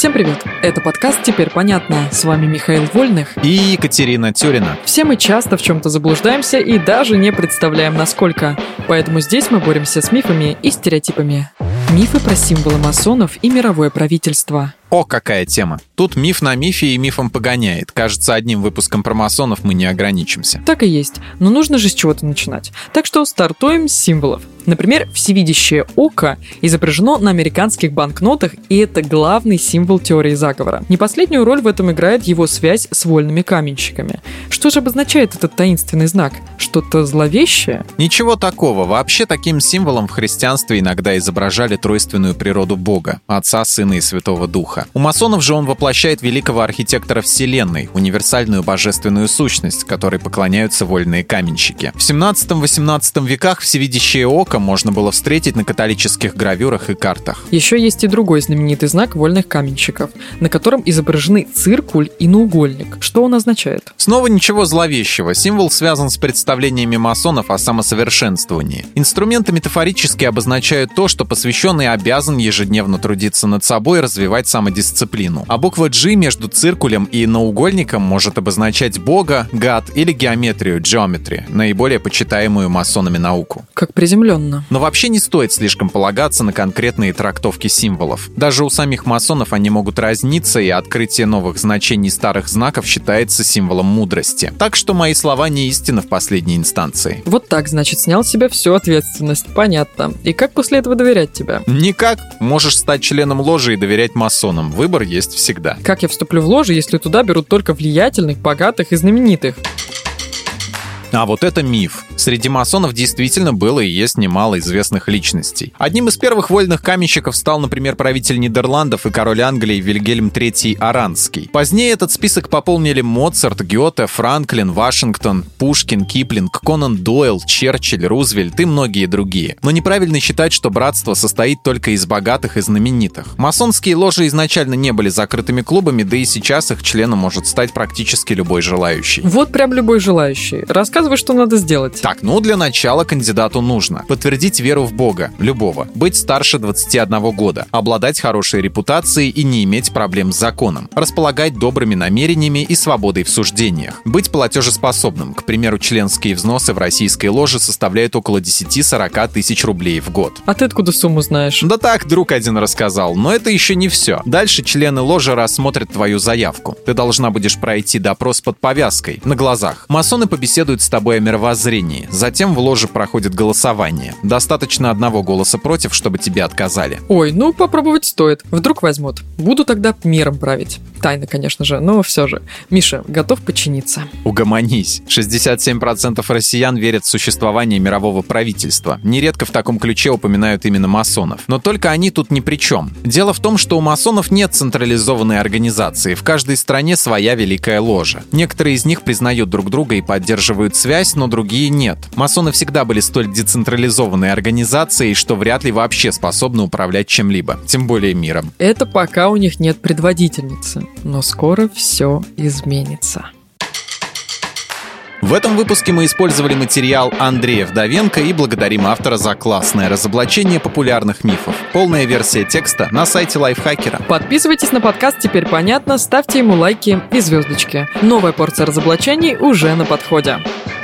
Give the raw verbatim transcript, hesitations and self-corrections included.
Всем привет! Это подкаст «Теперь понятно». С вами Михаил Вольных и Екатерина Тюрина. Все мы часто в чем-то заблуждаемся и даже не представляем, насколько. Поэтому здесь мы боремся с мифами и стереотипами. Мифы про символы масонов и мировое правительство. О, какая тема. Тут миф на мифе и мифом погоняет. Кажется, одним выпуском про масонов мы не ограничимся. Так и есть. Но нужно же с чего-то начинать. Так что стартуем с символов. Например, всевидящее око изображено на американских банкнотах, и это главный символ теории заговора. Не последнюю роль в этом играет его связь с вольными каменщиками. Что же обозначает этот таинственный знак? Что-то зловещее? Ничего такого. Вообще таким символом в христианстве иногда изображали тройственную природу Бога, Отца, Сына и Святого Духа. У масонов же он воплощает великого архитектора Вселенной, универсальную божественную сущность, которой поклоняются вольные каменщики. В семнадцатом-восемнадцатом веках всевидящее око можно было встретить на католических гравюрах и картах. Еще есть и другой знаменитый знак вольных каменщиков, на котором изображены циркуль и наугольник. Что он означает? Снова ничего зловещего. Символ связан с представлениями масонов о самосовершенствовании. Инструменты метафорически обозначают то, что посвященный обязан ежедневно трудиться над собой и развивать самодисциплину. А буква G между циркулем и наугольником может обозначать Бога, гад или геометрию, geometry, наиболее почитаемую масонами науку. Как приземленно. Но вообще не стоит слишком полагаться на конкретные трактовки символов. Даже у самих масонов они могут разниться, и открытие новых значений старых знаков считается символом мудрости. Так что мои слова не истина в последней инстанции. Вот так, значит, снял с себя всю ответственность. Понятно. И как после этого доверять тебе? Никак. Можешь стать членом ложи и доверять масонам. Выбор есть всегда. Как я вступлю в ложу, если туда берут только влиятельных, богатых и знаменитых? А вот это миф. Среди масонов действительно было и есть немало известных личностей. Одним из первых вольных каменщиков стал, например, правитель Нидерландов и король Англии Вильгельм третий Оранский. Позднее этот список пополнили Моцарт, Гёте, Франклин, Вашингтон, Пушкин, Киплинг, Конан Дойл, Черчилль, Рузвельт и многие другие. Но неправильно считать, что братство состоит только из богатых и знаменитых. Масонские ложи изначально не были закрытыми клубами, да и сейчас их членом может стать практически любой желающий. Вот прям любой желающий. Рассказывай, что надо сделать. Так, ну для начала кандидату нужно подтвердить веру в Бога, любого, быть старше двадцати одного года, обладать хорошей репутацией и не иметь проблем с законом, располагать добрыми намерениями и свободой в суждениях, быть платежеспособным, к примеру, членские взносы в российской ложе составляют около десять-сорок тысяч рублей в год. А ты откуда сумму знаешь? Да так, друг один рассказал, но это еще не все. Дальше члены ложи рассмотрят твою заявку. Ты должна будешь пройти допрос под повязкой, на глазах. Масоны побеседуют с тобой о мировоззрении. Затем в ложе проходит голосование. Достаточно одного голоса против, чтобы тебе отказали. Ой, ну попробовать стоит. Вдруг возьмут. Буду тогда миром править. Тайно, конечно же, но все же. Миша, готов подчиниться? Угомонись. шестьдесят семь процентов россиян верят в существование мирового правительства. Нередко в таком ключе упоминают именно масонов. Но только они тут ни при чем. Дело в том, что у масонов нет централизованной организации. В каждой стране своя великая ложа. Некоторые из них признают друг друга и поддерживают связь, но другие нет. Масоны всегда были столь децентрализованной организацией, что вряд ли вообще способны управлять чем-либо, тем более миром. Это пока у них нет предводительницы, но скоро все изменится. В этом выпуске мы использовали материал Андрея Вдовенко и благодарим автора за классное разоблачение популярных мифов. Полная версия текста на сайте Лайфхакера. Подписывайтесь на подкаст «Теперь понятно», ставьте ему лайки и звездочки. Новая порция разоблачений уже на подходе.